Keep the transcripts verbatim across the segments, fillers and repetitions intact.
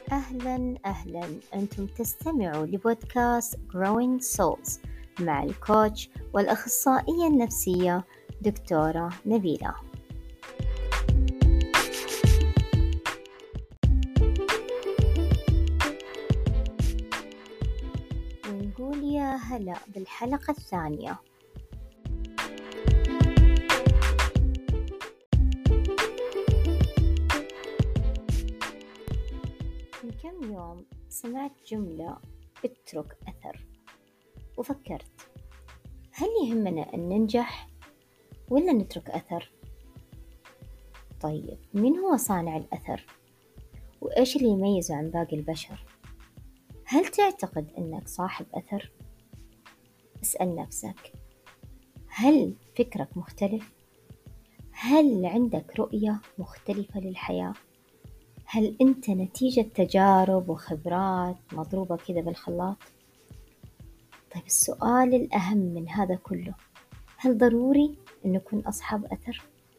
أهلا أهلا، أنتم تستمعوا لبودكاست Growing Souls مع الكوتش والأخصائية النفسية دكتورة نبيلة. ونقول يا هلا بالحلقة الثانية. من كم يوم سمعت جملة اترك أثر، وفكرت هل يهمنا أن ننجح ولا نترك أثر؟ طيب من هو صانع الأثر؟ وإيش اللي يميزه عن باقي البشر؟ هل تعتقد أنك صاحب أثر؟ اسأل نفسك، هل فكرك مختلف؟ هل عندك رؤية مختلفة للحياة؟ هل أنت نتيجة تجارب وخبرات مضروبة كذا بالخلاط؟ طيب السؤال الأهم من هذا كله، هل ضروري أن نكون أصحاب أثر؟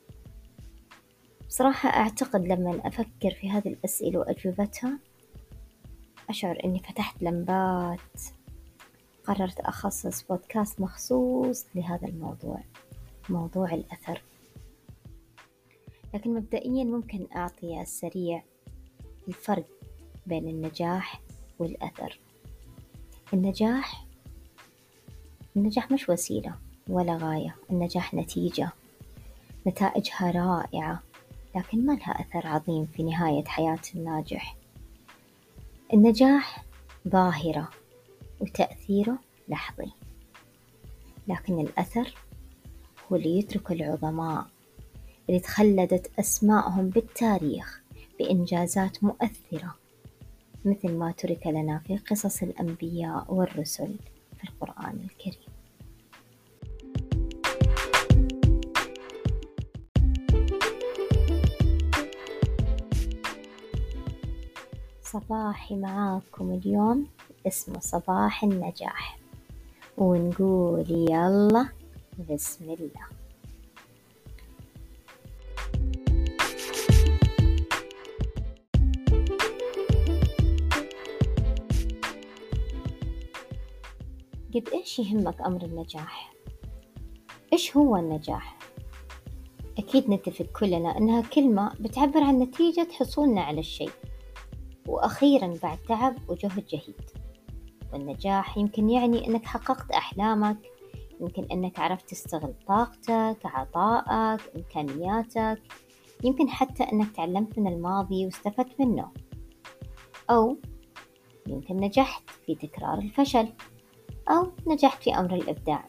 بصراحة أعتقد لما أفكر في هذه الأسئلة وأجوبتها أشعر أني فتحت لمبات. قررت أخصص بودكاست مخصوص لهذا الموضوع، موضوع الأثر. لكن مبدئيا ممكن أعطي السريع الفرق بين النجاح والأثر. النجاح النجاح مش وسيلة ولا غاية، النجاح نتيجة، نتائجها رائعة لكن ما لها أثر عظيم في نهاية حياة الناجح. النجاح ظاهرة وتأثيره لحظي، لكن الأثر هو اللي يترك العظماء اللي تخلدت أسماءهم بالتاريخ بإنجازات مؤثرة، مثل ما ترك لنا في قصص الأنبياء والرسل في القرآن الكريم. صباحي معاكم اليوم اسمه صباح النجاح، ونقول يلا بسم الله. قد إيش يهمك أمر النجاح؟ إيش هو النجاح؟ أكيد نتفق كلنا أنها كلمة بتعبر عن نتيجة حصولنا على الشيء، وأخيرا بعد تعب وجهد جهيد. والنجاح يمكن يعني أنك حققت أحلامك، يمكن أنك عرفت تستغل طاقتك، عطائك، إمكانياتك، يمكن حتى أنك تعلمت من الماضي واستفدت منه، أو يمكن نجحت في تكرار الفشل، أو نجحت في أمر الإبداع.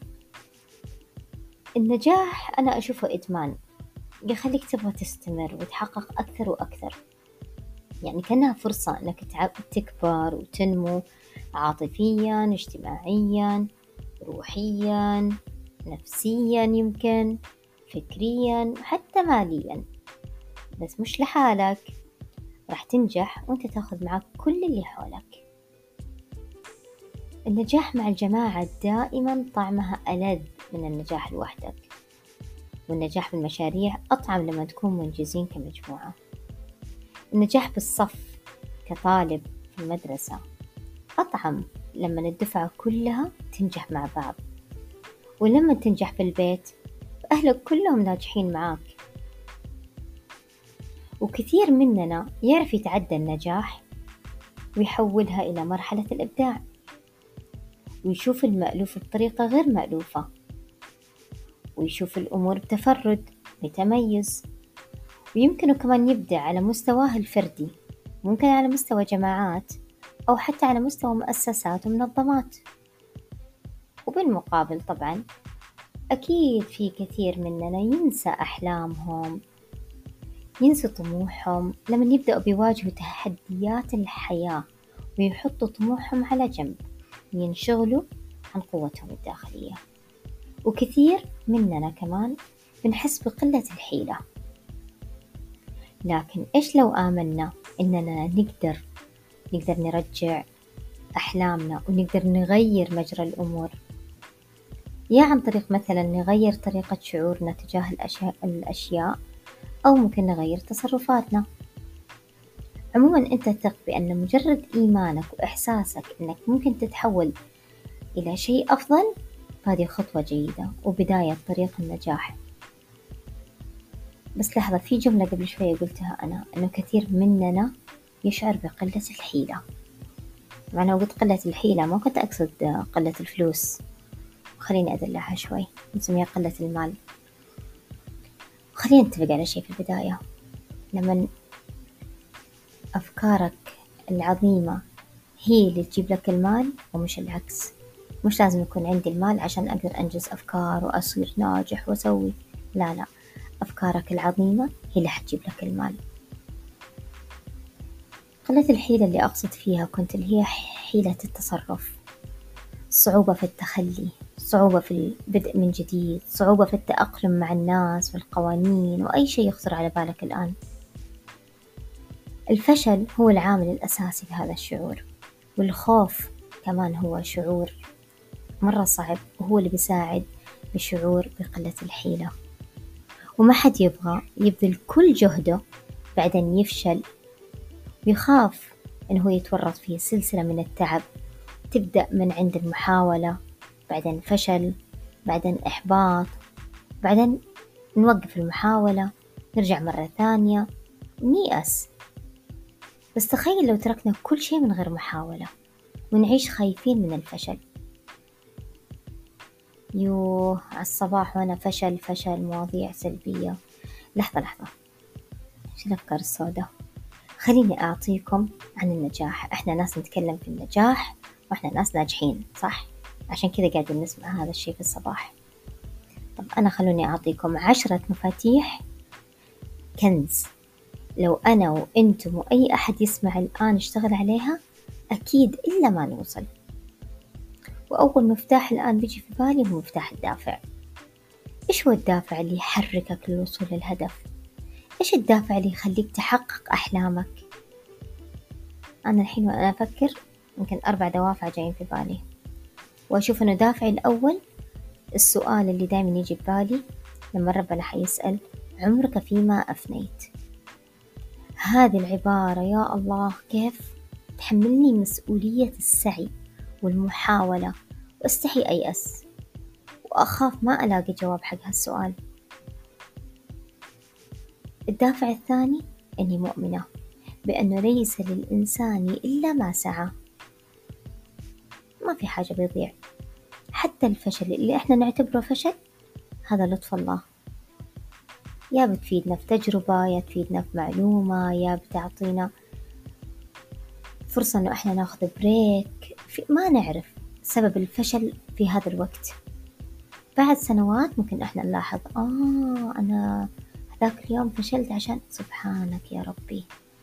النجاح أنا أشوفه إدمان يخليك تبغى تستمر وتحقق أكثر وأكثر، يعني كأنها فرصة أنك تكبر وتنمو عاطفيا، اجتماعيا، روحيا، نفسيا، يمكن فكريا، حتى ماليا. بس مش لحالك، راح تنجح وانت تاخذ معك كل اللي حولك. النجاح مع الجماعة دائما طعمها ألذ من النجاح لوحدك، والنجاح بالمشاريع أطعم لما تكون منجزين كمجموعة. النجاح بالصف كطالب في المدرسة أطعم لما الدفعة كلها تنجح مع بعض، ولما تنجح في البيت أهلك كلهم ناجحين معاك. وكثير مننا يعرف يتعدى النجاح ويحولها إلى مرحلة الإبداع، ويشوف المألوف بطريقة غير مألوفة، ويشوف الأمور بتفرد بتميز، ويمكنه كمان يبدع على مستواه الفردي، ممكن على مستوى جماعات، أو حتى على مستوى مؤسسات ومنظمات. وبالمقابل طبعا أكيد في كثير مننا ينسى أحلامهم، ينسى طموحهم لما يبدأوا بيواجهوا تحديات الحياة، ويحطوا طموحهم على جنب وينشغلوا عن قوتهم الداخلية. وكثير مننا كمان بنحس بقلة الحيلة. لكن إيش لو آمنا إننا نقدر نقدر نرجع أحلامنا ونقدر نغير مجرى الأمور، يا عن طريق مثلا نغير طريقة شعورنا تجاه الأشياء, الأشياء أو ممكن نغير تصرفاتنا. عموما أنت ثق بأن مجرد إيمانك وإحساسك أنك ممكن تتحول إلى شيء أفضل، فهذه خطوة جيدة وبداية طريق النجاح. بس لحظة، في جملة قبل شوية قلتها أنا، أنه كثير مننا يشعر بقلة الحيلة. معنى وقت قلة الحيلة ما كنت أقصد قلة الفلوس، خليني أدلعها شوي، نسميها قلة المال. خلينا نتفق على شيء في البداية، لما أفكارك العظيمة هي اللي تجيب لك المال ومش العكس. مش لازم يكون عندي المال عشان أقدر أنجز أفكار وأصير ناجح وأسوي، لا لا، أفكارك العظيمة هي اللي حتجيب لك المال. قلة الحيلة اللي أقصد فيها كنت اللي هي حيلة التصرف، صعوبة في التخلي، صعوبة في البدء من جديد، صعوبة في التأقلم مع الناس والقوانين وأي شيء يخطر على بالك الآن. الفشل هو العامل الأساسي في هذا الشعور، والخوف كمان هو شعور مرة صعب، وهو اللي بيساعد بشعور بقلة الحيلة. وما حد يبغى يبذل كل جهده بعدين يفشل ويخاف إنه هو يتورط في سلسلة من التعب، تبدأ من عند المحاولة، بعدين فشل، بعدين إحباط، بعدين نوقف المحاولة، نرجع مرة ثانية ونيأس. بس تخيل لو تركنا كل شيء من غير محاولة ونعيش خايفين من الفشل. يوه على الصباح وأنا فشل فشل مواضيع سلبية. لحظة لحظة، شو الأفكار السوداء؟ خليني أعطيكم عن النجاح. إحنا ناس نتكلم في النجاح وإحنا ناس ناجحين، صح؟ عشان كذا قاعدين نسمع هذا الشيء في الصباح. طب أنا خلوني أعطيكم عشرة مفاتيح كنز، لو أنا وإنتم وأي أحد يسمع الآن اشتغل عليها أكيد إلا ما نوصل. وأول مفتاح الآن بيجي في بالي هو مفتاح الدافع. إيش هو الدافع اللي يحركك للوصول للهدف؟ إيش الدافع اللي يخليك تحقق أحلامك؟ أنا الحين وأنا أفكر يمكن أربع دوافع جايين في بالي، وأشوف أنه دافعي الأول السؤال اللي دايما يجي ببالي لما ربنا حيسأل عمرك فيما أفنيت. هذه العبارة يا الله كيف تحملني مسؤولية السعي والمحاولة، واستحي أيأس وأخاف ما ألاقي جواب حق هالسؤال. الدافع الثاني أني مؤمنة بأنه ليس للإنسان إلا ما سعى، ما في حاجة بيضيع. حتى الفشل اللي إحنا نعتبره فشل هذا لطف الله، يا بتفيدنا في تجربة، يا تفيدنا في معلومة، يا بتعطينا فرصة إنه إحنا ناخذ بريك. في ما نعرف سبب الفشل في هذا الوقت، بعد سنوات ممكن إحنا نلاحظ آه أنا هذاك اليوم فشلت عشان سبحانك يا ربي.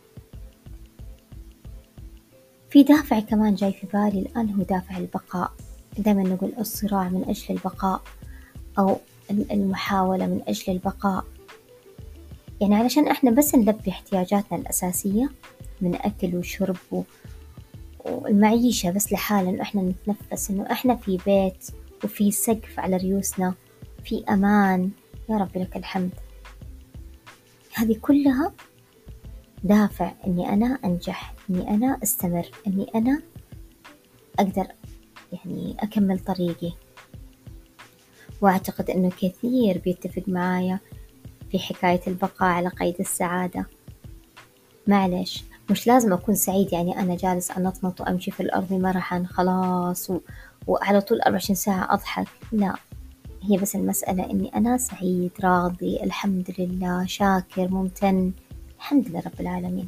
في دافع كمان جاي في بالي الآن هو دافع البقاء. دائما نقول الصراع من أجل البقاء أو المحاولة من أجل البقاء، يعني علشان إحنا بس نلبي احتياجاتنا الأساسية من أكل وشرب والمعيشة بس لحالها، إنه إحنا نتنفس، إنه إحنا في بيت وفي سقف على ريوسنا، في أمان، يا رب لك الحمد. هذه كلها دافع إني أنا أنجح، إني أنا أستمر، إني أنا أقدر يعني أكمل طريقي. وأعتقد إنه كثير بيتفق معايا في حكاية البقاء على قيد السعادة. معلش مش لازم أكون سعيد يعني أنا جالس أنطنط وأمشي في الأرض مرحا خلاص و... وعلى طول أربعة وعشرين ساعة أضحك، لا، هي بس المسألة إني أنا سعيد راضي الحمد لله شاكر ممتن الحمد لله رب العالمين.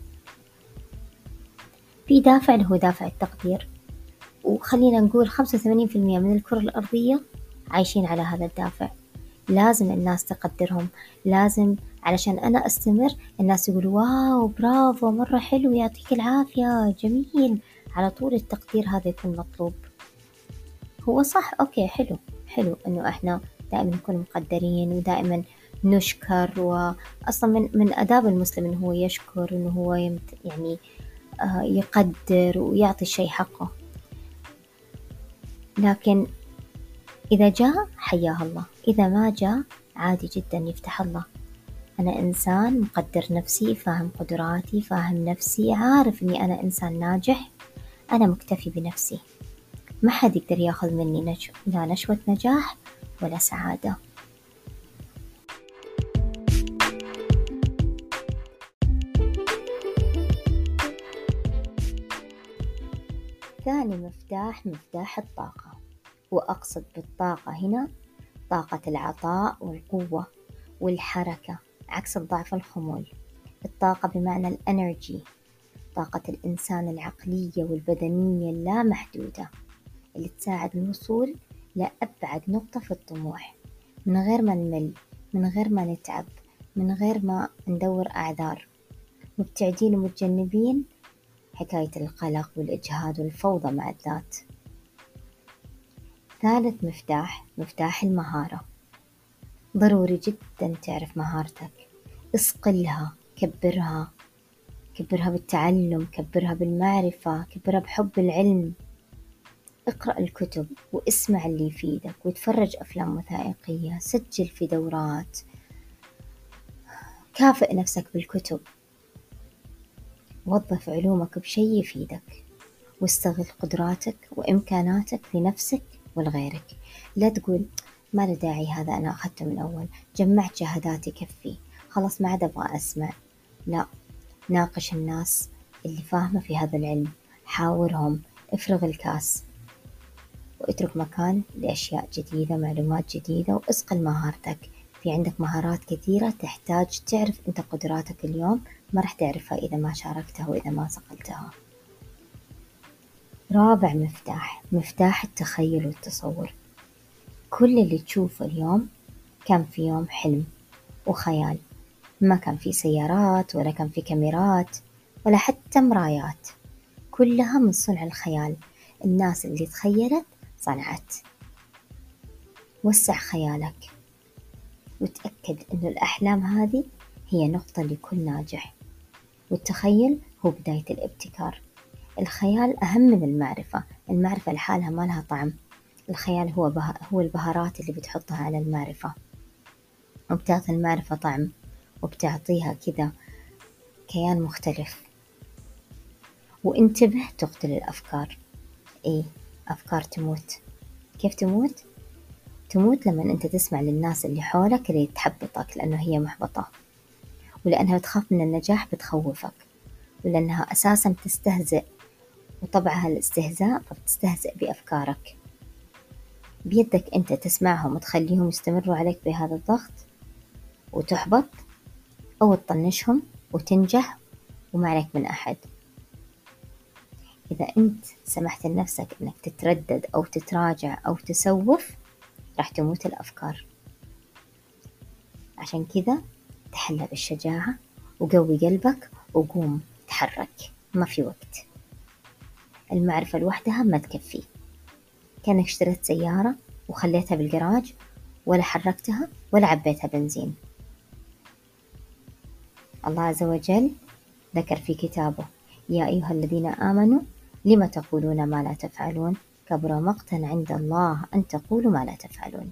في دافع اللي هو دافع التقدير، وخلينا نقول خمسة وثمانين في المية من الكرة الأرضية عايشين على هذا الدافع. لازم الناس تقدرهم، لازم علشان أنا أستمر الناس يقولوا واو برافو مرة حلو يعطيك العافية جميل، على طول التقدير هذا يكون مطلوب. هو صح أوكي حلو حلو إنه إحنا دائما نكون مقدرين ودائما نشكر، وأصلا من من آداب المسلم إنه هو يشكر، إنه هو يمت يعني آه يقدر ويعطي الشيء حقه. لكن إذا جاء حياه الله، إذا ما جاء عادي جدا يفتح الله. أنا إنسان مقدر نفسي، فاهم قدراتي، فاهم نفسي، عارف إني أنا إنسان ناجح. أنا مكتفي بنفسي، ما حد يقدر ياخذ مني نش... لا نشوة نجاح ولا سعادة. ثاني مفتاح مفتاح الطاقة، وأقصد بالطاقة هنا طاقة العطاء والقوة والحركة، عكس الضعف والخمول. الطاقة بمعنى الانرجي، طاقة الإنسان العقلية والبدنية اللامحدودة، اللي تساعد الوصول لأبعد نقطة في الطموح، من غير ما نمل، من غير ما نتعب، من غير ما ندور أعذار، مبتعدين ومتجنبين حكاية القلق والإجهاد والفوضى مع الذات. ثالث مفتاح مفتاح المهارة، ضروري جدا تعرف مهارتك، اصقلها، كبرها، كبرها بالتعلم، كبرها بالمعرفة، كبرها بحب العلم. اقرأ الكتب واسمع اللي يفيدك، وتفرج أفلام وثائقية، سجل في دورات، كافئ نفسك بالكتب، وظف علومك بشي يفيدك، واستغل قدراتك وإمكاناتك لنفسك ولغيرك. لا تقول ما له داعي، هذا أنا أخذته من أول، جمعت شهادات يكفي، خلاص ما عاد أبغى أسمع. لا، ناقش الناس اللي فاهمة في هذا العلم، حاورهم، افرغ الكاس، واترك مكان لأشياء جديدة، معلومات جديدة، واسقل مهارتك. في عندك مهارات كثيرة تحتاج تعرف أنت قدراتك اليوم، ما راح تعرفها إذا ما شاركتها وإذا ما صقلتها. رابع مفتاح مفتاح التخيل والتصور، كل اللي تشوفه اليوم كان في يوم حلم وخيال، ما كان في سيارات ولا كان في كاميرات ولا حتى مرايات، كلها من صنع الخيال، الناس اللي تخيلت صنعت. وسع خيالك، وتأكد أن الأحلام هذه هي نقطة لكل ناجح، والتخيل هو بداية الابتكار. الخيال أهم من المعرفة، المعرفة لحالها ما لها طعم، الخيال هو به... هو البهارات اللي بتحطها على المعرفة، وبتعطي المعرفة طعم، وبتعطيها كذا كيان مختلف. وانتبه تقتل الأفكار. إيه، أفكار تموت. كيف تموت؟ تموت لما أنت تسمع للناس اللي حولك اللي تحبطك، لأنه هي محبطة، ولأنها بتخاف من النجاح بتخوفك، ولأنها أساسا تستهزئ، وطبعها الاستهزاء، فبتستهزئ بأفكارك. بيدك أنت تسمعهم وتخليهم يستمروا عليك بهذا الضغط وتحبط، أو تطنشهم وتنجح وما عليك من أحد. إذا أنت سمحت لنفسك أنك تتردد أو تتراجع أو تسوف، راح تموت الأفكار. عشان كذا تحلى بالشجاعة، وقوي قلبك، وقوم تحرك، ما في وقت. المعرفة لوحدها ما تكفي، كأنك اشتريت سيارة وخليتها بالجراج ولا حركتها ولا عبيتها بنزين. الله عز وجل ذكر في كتابه: يا أيها الذين آمنوا لم تقولون ما لا تفعلون، كبر مقتا عند الله أن تقولوا ما لا تفعلون.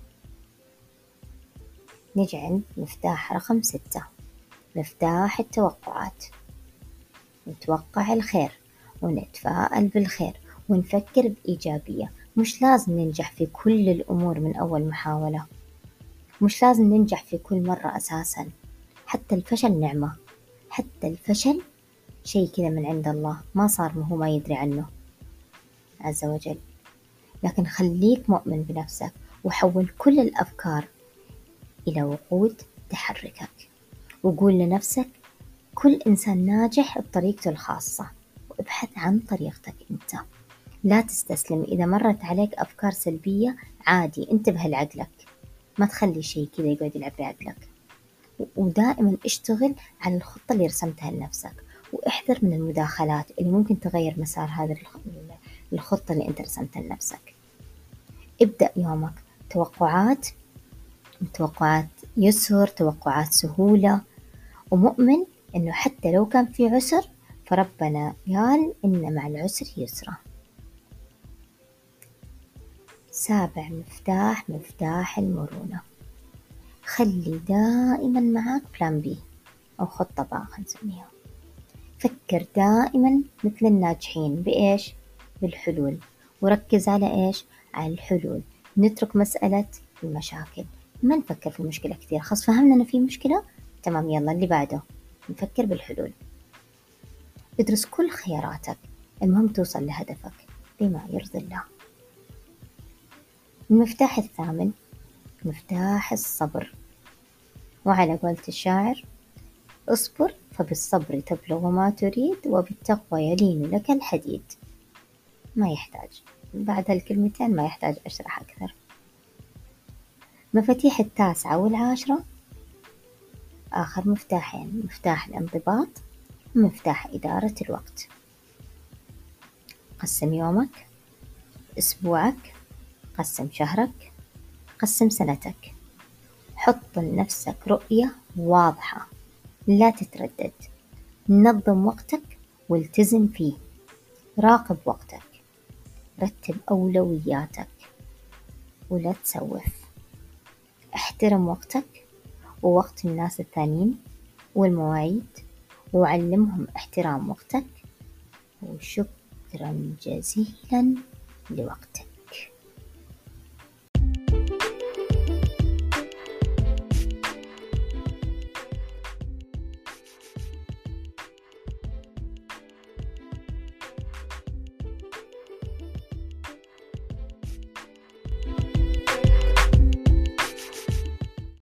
نجعل مفتاح رقم ستة، مفتاح التوقعات. نتوقع الخير، ونتفائل بالخير، ونفكر بإيجابية. مش لازم ننجح في كل الأمور من أول محاولة، مش لازم ننجح في كل مرة أساسا، حتى الفشل نعمة، حتى الفشل شيء كذا من عند الله، ما صار هو ما يدري عنه عز وجل. لكن خليك مؤمن بنفسك، وحول كل الأفكار إلى وقود تحركك، وقول لنفسك كل إنسان ناجح بطريقته الخاصة، وابحث عن طريقتك أنت. لا تستسلم، إذا مرت عليك أفكار سلبية عادي، انتبه لعقلك، ما تخلي شيء كذا يقعد يلعب بعقلك، ودائما اشتغل على الخطة اللي رسمتها لنفسك، واحذر من المداخلات اللي ممكن تغير مسار هذا الخطة اللي انت رسمتها لنفسك. ابدأ يومك توقعات، توقعات يسر، توقعات سهولة، ومؤمن انه حتى لو كان في عسر فربنا قال إن مع العسر يسرا. سابع مفتاح مفتاح المرونة، خلي دائما معاك بلان بي أو خطة باء نسميها. فكر دائما مثل الناجحين بإيش؟ بالحلول، وركز على إيش؟ على الحلول. نترك مسألة المشاكل، ما نفكر في المشكلة كثير، خلاص فهمنا إنه في مشكلة، تمام يلا اللي بعده نفكر بالحلول. ادرس كل خياراتك، المهم توصل لهدفك بما يرضي الله. المفتاح الثامن مفتاح الصبر، وعلى قولة الشاعر: اصبر فبالصبر تبلغ ما تريد وبالتقوى يلين لك الحديد. ما يحتاج بعد هالكلمتين، ما يحتاج أشرح أكثر. مفاتيح التاسعة والعاشرة آخر مفتاحين، مفتاح الانضباط ومفتاح إدارة الوقت. قسم يومك، أسبوعك، قسم شهرك، قسم سنتك. حط لنفسك رؤية واضحة، لا تتردد. نظم وقتك والتزم فيه. راقب وقتك، رتب أولوياتك ولا تسوف. احترم وقتك ووقت الناس الثانيين والمواعيد، وعلمهم احترام وقتك. وشكرا جزيلا لوقتك.